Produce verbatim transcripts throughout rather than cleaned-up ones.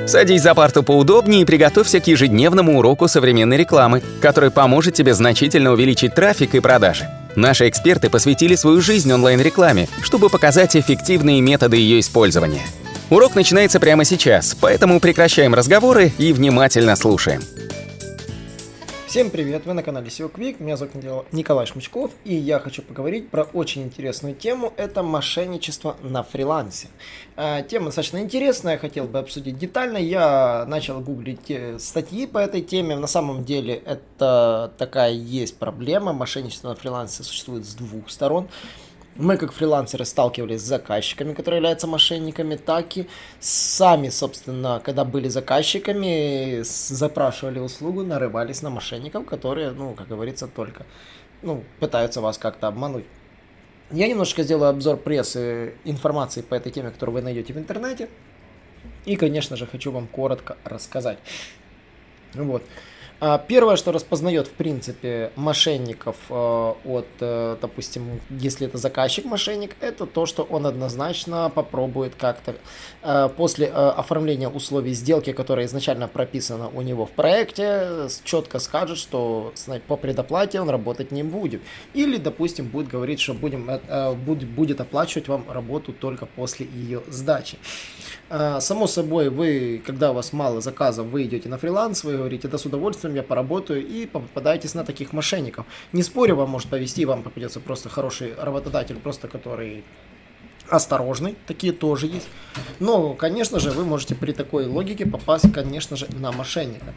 Садись за парту поудобнее и приготовься к ежедневному уроку современной рекламы, который поможет тебе значительно увеличить трафик и продажи. Наши эксперты посвятили свою жизнь онлайн-рекламе, чтобы показать эффективные методы ее использования. Урок начинается прямо сейчас, поэтому прекращаем разговоры и внимательно слушаем. Всем привет, вы на канале эс и о Quick, меня зовут Николай Шмычков, и я хочу поговорить про очень интересную тему, это мошенничество на фрилансе. Тема достаточно интересная, хотел бы обсудить детально, я начал гуглить статьи по этой теме, на самом деле это такая есть проблема, мошенничество на фрилансе существует с двух сторон. Мы, как фрилансеры, сталкивались с заказчиками, которые являются мошенниками, так и сами, собственно, когда были заказчиками, запрашивали услугу, нарывались на мошенников, которые, ну, как говорится, только, ну, пытаются вас как-то обмануть. Я немножко сделаю обзор прессы, информации по этой теме, которую вы найдете в интернете. И, конечно же, хочу вам коротко рассказать. Вот. Первое, что распознает, в принципе, мошенников от, допустим, если это заказчик-мошенник, это то, что он однозначно попробует как-то после оформления условий сделки, которая изначально прописана у него в проекте, четко скажет, что по предоплате он работать не будет. Или, допустим, будет говорить, что будем, будет оплачивать вам работу только после ее сдачи. Само собой, вы, когда у вас мало заказов, вы идете на фриланс, вы говорите, да с удовольствием я поработаю, и попадаетесь на таких мошенников. Не спорю, вам может повезти, вам попадется просто хороший работодатель, просто который осторожный, такие тоже есть. Но, конечно же, вы можете при такой логике попасть, конечно же, на мошенника.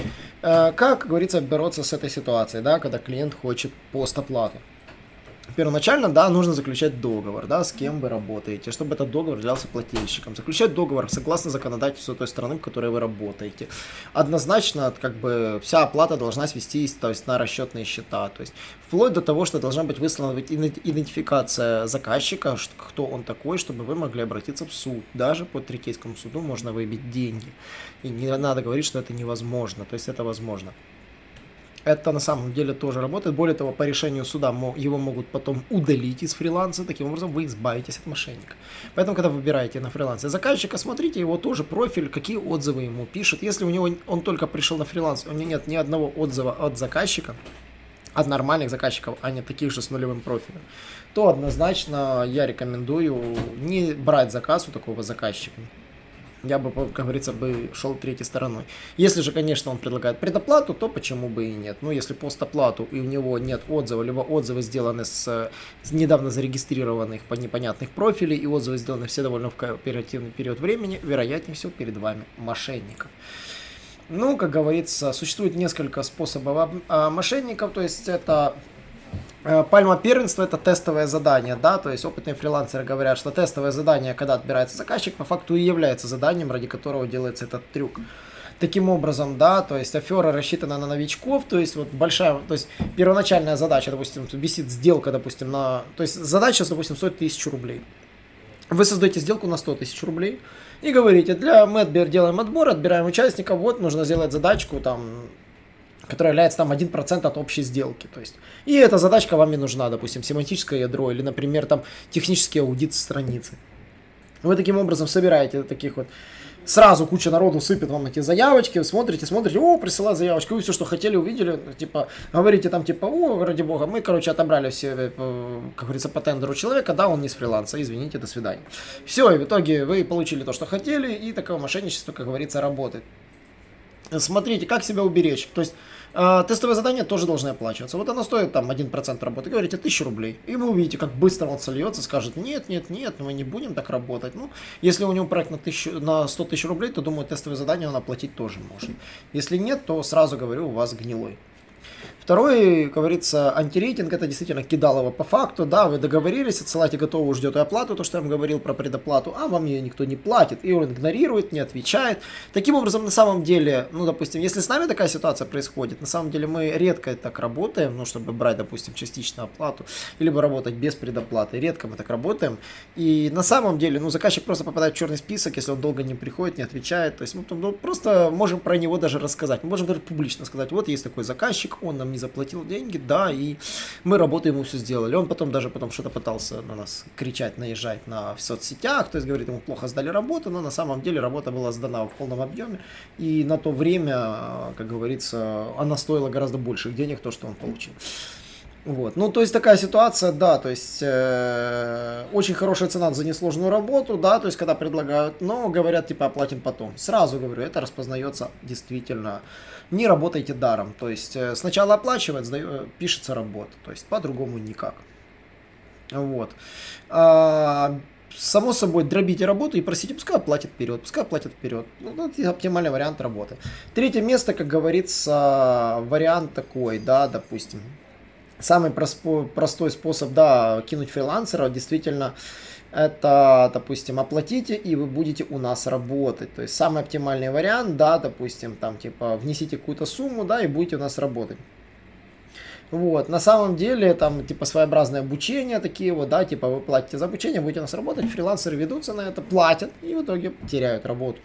Как говорится, бороться с этой ситуацией, да, когда клиент хочет постоплату? Первоначально, да, нужно заключать договор, да, с кем вы работаете, чтобы этот договор являлся плательщиком. Заключать договор согласно законодательству той страны, в которой вы работаете. Однозначно, как бы, вся оплата должна свестись, то есть, на расчетные счета. То есть, вплоть до того, что должна быть выслана идентификация заказчика, кто он такой, чтобы вы могли обратиться в суд. Даже по третейскому суду можно выбить деньги. И не надо говорить, что это невозможно, то есть, это возможно. Это на самом деле тоже работает. Более того, по решению суда его могут потом удалить из фриланса. Таким образом, вы избавитесь от мошенника. Поэтому, когда вы выбираете на фрилансе заказчика, смотрите его тоже профиль, какие отзывы ему пишут. Если у него он только пришел на фриланс, у него нет ни одного отзыва от заказчика, от нормальных заказчиков, а не таких же с нулевым профилем, то однозначно я рекомендую не брать заказ у такого заказчика. Я бы, как говорится, бы шел третьей стороной. Если же, конечно, он предлагает предоплату, то почему бы и нет. Ну, если постоплату и у него нет отзыва, либо отзывы сделаны с, с недавно зарегистрированных по непонятных профилей, и отзывы сделаны все довольно в кооперативный период времени, вероятнее всего, перед вами мошенников. Ну, как говорится, существует несколько способов мошенников, то есть это... Пальма первенства — это тестовое задание, да, то есть опытные фрилансеры говорят, что тестовое задание, когда отбирается заказчик, по факту и является заданием, ради которого делается этот трюк. Таким образом, да, то есть афера рассчитана на новичков, то есть вот большая, то есть первоначальная задача, допустим, висит сделка, допустим, на, то есть задача, допустим, стоит тысячу рублей. Вы создаете сделку на сто тысяч рублей и говорите, для мы делаем отбор, отбираем участников, вот нужно сделать задачку там, которая является там один процент от общей сделки. То есть, и эта задачка вам и нужна, допустим, семантическое ядро или, например, там технический аудит страницы. Вы таким образом собираете таких вот, сразу куча народу сыпет вам эти заявочки, вы смотрите, смотрите, о, присылают заявочку, вы все, что хотели, увидели, типа, говорите там, типа, о, ради бога, мы, короче, отобрали все, как говорится, по тендеру человека, да, он не с фриланса, извините, до свидания. Все, и в итоге вы получили то, что хотели, и такое мошенничество, как говорится, работает. Смотрите, как себя уберечь. То есть э, тестовое задание тоже должно оплачиваться. Вот оно стоит там один процент работы. Говорите, тысячу рублей. И вы увидите, как быстро он сольется, скажет, нет, нет, нет, мы не будем так работать. Ну, если у него проект на, тысячу, на сто тысяч рублей, то, думаю, тестовое задание он оплатить тоже может. Если нет, то сразу говорю, у вас гнилой. Второй, как говорится, антирейтинг, это действительно кидалово по факту, да, вы договорились, отсылаете готовую, ждете оплату, то, что я вам говорил про предоплату, а вам ее никто не платит, и он игнорирует, не отвечает. Таким образом, на самом деле, ну, допустим, если с нами такая ситуация происходит, на самом деле мы редко так работаем, ну, чтобы брать, допустим, частичную оплату, либо работать без предоплаты, редко мы так работаем, и на самом деле, ну, заказчик просто попадает в черный список, если он долго не приходит, не отвечает, то есть мы ну, просто можем про него даже рассказать, мы можем даже публично сказать, вот есть такой заказчик, он нам не заплатил деньги, да, и мы работу ему все сделали. Он потом даже потом что-то пытался на нас кричать, наезжать на в соцсетях, то есть говорит, ему плохо сдали работу, но на самом деле работа была сдана в полном объеме, и на то время, как говорится, она стоила гораздо больших денег, то, что он получил. Вот. Ну, то есть такая ситуация, да, то есть э, очень хорошая цена за несложную работу, да, то есть когда предлагают, но говорят, типа, оплатим потом. Сразу говорю, это распознается действительно, не работайте даром, то есть э, сначала оплачивает, сдаю, пишется работа, то есть по-другому никак. Вот. А, само собой, дробите работу и просите, пускай оплатит вперед, пускай оплатит вперед. Ну, это оптимальный вариант работы. Третье место, как говорится, вариант такой, да, допустим. Самый простой, простой способ, да, кинуть фрилансера, действительно, это, допустим, оплатите, и вы будете у нас работать. То есть, самый оптимальный вариант, да, допустим, там, типа, внесите какую-то сумму, да, и будете у нас работать. Вот, на самом деле, там, типа, своеобразное обучение, такие вот, да, типа, вы платите за обучение, будете у нас работать, фрилансеры ведутся на это, платят, и в итоге теряют работу.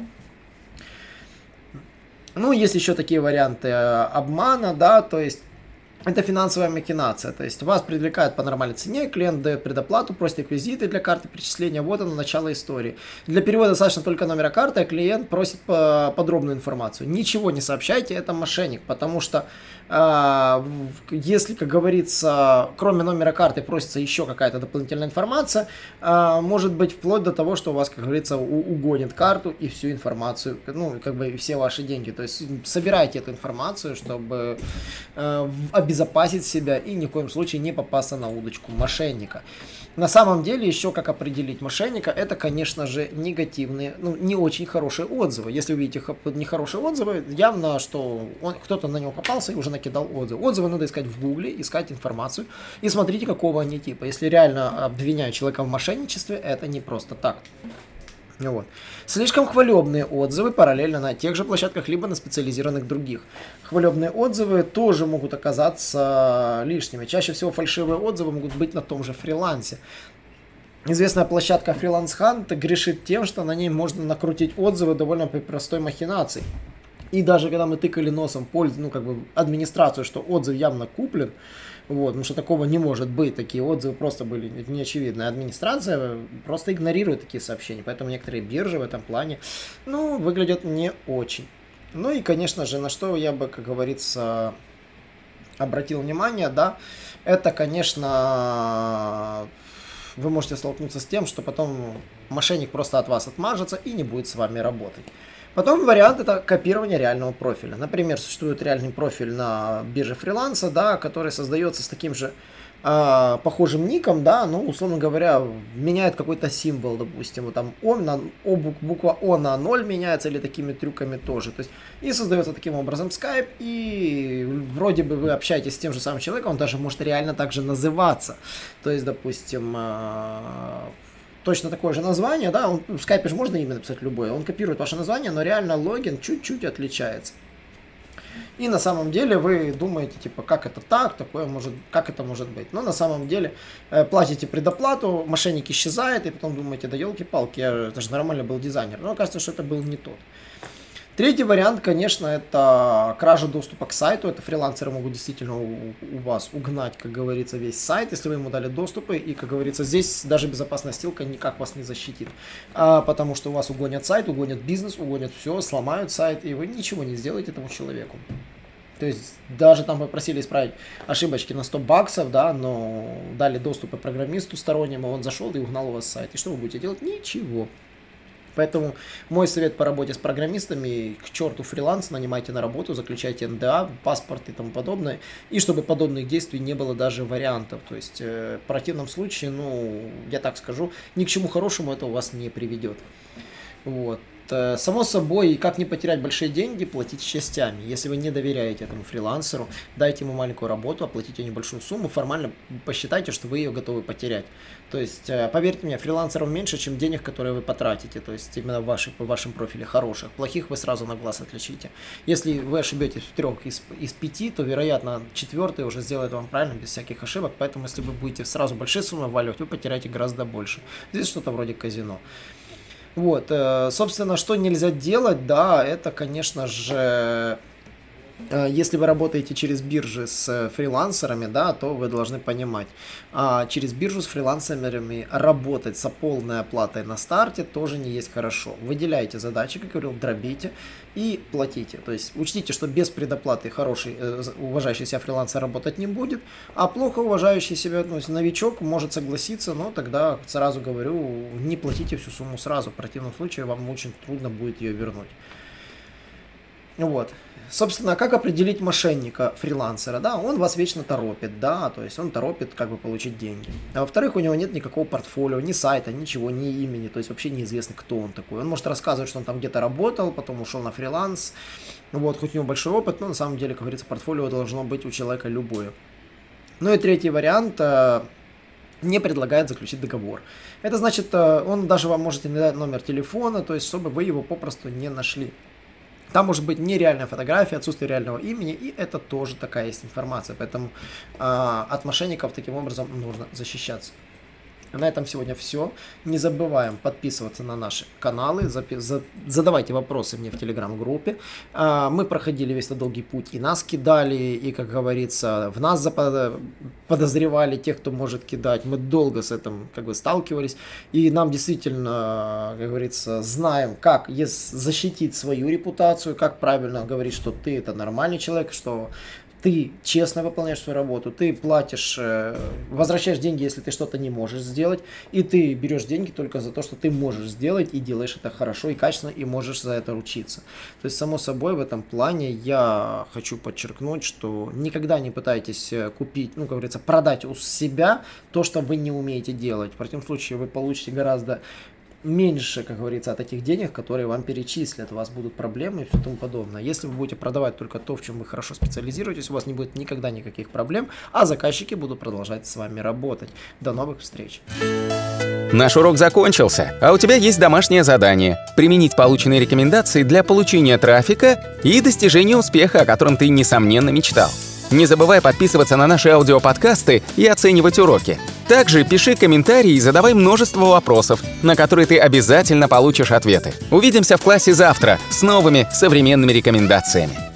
Ну, есть еще такие варианты обмана, да, то есть, это финансовая махинация, то есть вас привлекают по нормальной цене, клиент дает предоплату, просит реквизиты для карты перечисления, вот оно, начало истории. Для перевода достаточно только номера карты, а клиент просит подробную информацию. Ничего не сообщайте, это мошенник, потому что э, если, как говорится, кроме номера карты просится еще какая-то дополнительная информация, э, может быть вплоть до того, что у вас, как говорится, угонит карту и всю информацию, ну, как бы все ваши деньги. То есть собирайте эту информацию, чтобы э, обезопасить себя и ни в коем случае не попасться на удочку мошенника. На самом деле, еще как определить мошенника, это, конечно же, негативные, ну, не очень хорошие отзывы. Если вы видите нехорошие отзывы, явно, что он, кто-то на него попался и уже накидал отзывы. Отзывы надо искать в гугле, искать информацию и смотрите, какого они типа. Если реально обвиняют человека в мошенничестве, это не просто так. Вот. Слишком хвалебные отзывы параллельно на тех же площадках, либо на специализированных других. Хвалебные отзывы тоже могут оказаться лишними. Чаще всего фальшивые отзывы могут быть на том же фрилансе. Известная площадка Freelance Hunt грешит тем, что на ней можно накрутить отзывы довольно при простой махинации. И даже когда мы тыкали носом пользу, ну, как бы администрацию, что отзыв явно куплен, вот, потому что такого не может быть, такие отзывы просто были неочевидны. Администрация просто игнорирует такие сообщения, поэтому некоторые биржи в этом плане, ну, выглядят не очень. Ну и, конечно же, на что я бы, как говорится, обратил внимание, да, это, конечно, вы можете столкнуться с тем, что потом мошенник просто от вас отмажется и не будет с вами работать. Потом вариант — это копирование реального профиля. Например, существует реальный профиль на бирже фриланса, да, который создается с таким же э, похожим ником, да, ну, условно говоря, меняет какой-то символ, допустим, вот там О на, О, буква О на ноль меняется или такими трюками тоже. То есть, и создается таким образом Skype, и вроде бы вы общаетесь с тем же самым человеком, он даже может реально так же называться. То есть, допустим, э, точно такое же название, да, он, в скайпе же можно имя написать любое, он копирует ваше название, но реально логин чуть-чуть отличается. И на самом деле вы думаете, типа, как это так, такое может, как это может быть. Но на самом деле э, платите предоплату, мошенник исчезает, и потом думаете, да елки-палки, я, это же нормально был дизайнер. Но оказывается, что это был не тот. Третий вариант, конечно, это кража доступа к сайту. Это фрилансеры могут действительно у, у вас угнать, как говорится, весь сайт, если вы ему дали доступы. И, как говорится, здесь даже безопасная ссылка никак вас не защитит. А, потому что у вас угонят сайт, угонят бизнес, угонят все, сломают сайт, и вы ничего не сделаете этому человеку. То есть даже там попросили исправить ошибочки на сто баксов, да, но дали доступы программисту стороннему, он зашел и угнал у вас сайт. И что вы будете делать? Ничего. Поэтому мой совет по работе с программистами: к черту фриланс, нанимайте на работу, заключайте эн дэ а, паспорт и тому подобное. И чтобы подобных действий не было даже вариантов. То есть э, в противном случае, ну, я так скажу, ни к чему хорошему это у вас не приведет. Вот. Само собой, как не потерять большие деньги, платить частями. Если вы не доверяете этому фрилансеру, дайте ему маленькую работу, оплатите небольшую сумму, формально посчитайте, что вы ее готовы потерять. То есть, поверьте мне, фрилансеров меньше, чем денег, которые вы потратите. То есть, именно в, вашей, в вашем профиле хороших. Плохих вы сразу на глаз отличите. Если вы ошибетесь в трех из, из пяти, то, вероятно, четвертый уже сделает вам правильно, без всяких ошибок. Поэтому, если вы будете сразу большие суммы вваливать, вы потеряете гораздо больше. Здесь что-то вроде казино. Вот, собственно, что нельзя делать, да, это, конечно же, Если вы работаете через биржи с фрилансерами, да, то вы должны понимать, через биржу с фрилансерами работать с полной оплатой на старте тоже не есть хорошо. Выделяйте задачи, как я говорил, дробите и платите. То есть учтите, что без предоплаты хороший, уважающий себя фрилансер работать не будет, а плохо уважающий себя, ну, новичок может согласиться, но тогда сразу говорю, не платите всю сумму сразу, в противном случае вам очень трудно будет ее вернуть. Вот. Собственно, как определить мошенника, фрилансера, да, он вас вечно торопит, да, то есть он торопит как бы получить деньги. А во-вторых, у него нет никакого портфолио, ни сайта, ничего, ни имени, то есть вообще неизвестно, кто он такой. Он может рассказывать, что он там где-то работал, потом ушел на фриланс, вот, хоть у него большой опыт, но на самом деле, как говорится, портфолио должно быть у человека любое. Ну и третий вариант, не предлагает заключить договор. Это значит, он даже вам может не дать номер телефона, то есть чтобы вы его попросту не нашли. Там может быть нереальная фотография, отсутствие реального имени, и это тоже такая есть информация. Поэтому э, от мошенников таким образом нужно защищаться. На этом сегодня все. Не забываем подписываться на наши каналы, задавайте вопросы мне в телеграм-группе. Мы проходили весь этот долгий путь, и нас кидали, и, как говорится, в нас подозревали тех, кто может кидать. Мы долго с этим как бы сталкивались, и нам действительно, как говорится, знаем, как защитить свою репутацию, как правильно говорить, что ты это нормальный человек, что ты честно выполняешь свою работу, ты платишь, возвращаешь деньги, если ты что-то не можешь сделать, и ты берешь деньги только за то, что ты можешь сделать, и делаешь это хорошо и качественно, и можешь за это ручиться. То есть, само собой, в этом плане я хочу подчеркнуть, что никогда не пытайтесь купить, ну, как говорится, продать у себя то, что вы не умеете делать. В противном случае вы получите гораздо меньше, как говорится, от этих денег, которые вам перечислят, у вас будут проблемы и все тому подобное. Если вы будете продавать только то, в чем вы хорошо специализируетесь, у вас не будет никогда никаких проблем, а заказчики будут продолжать с вами работать. До новых встреч! Наш урок закончился, а у тебя есть домашнее задание – применить полученные рекомендации для получения трафика и достижения успеха, о котором ты, несомненно, мечтал. Не забывай подписываться на наши аудиоподкасты и оценивать уроки. Также пиши комментарии и задавай множество вопросов, на которые ты обязательно получишь ответы. Увидимся в классе завтра с новыми современными рекомендациями.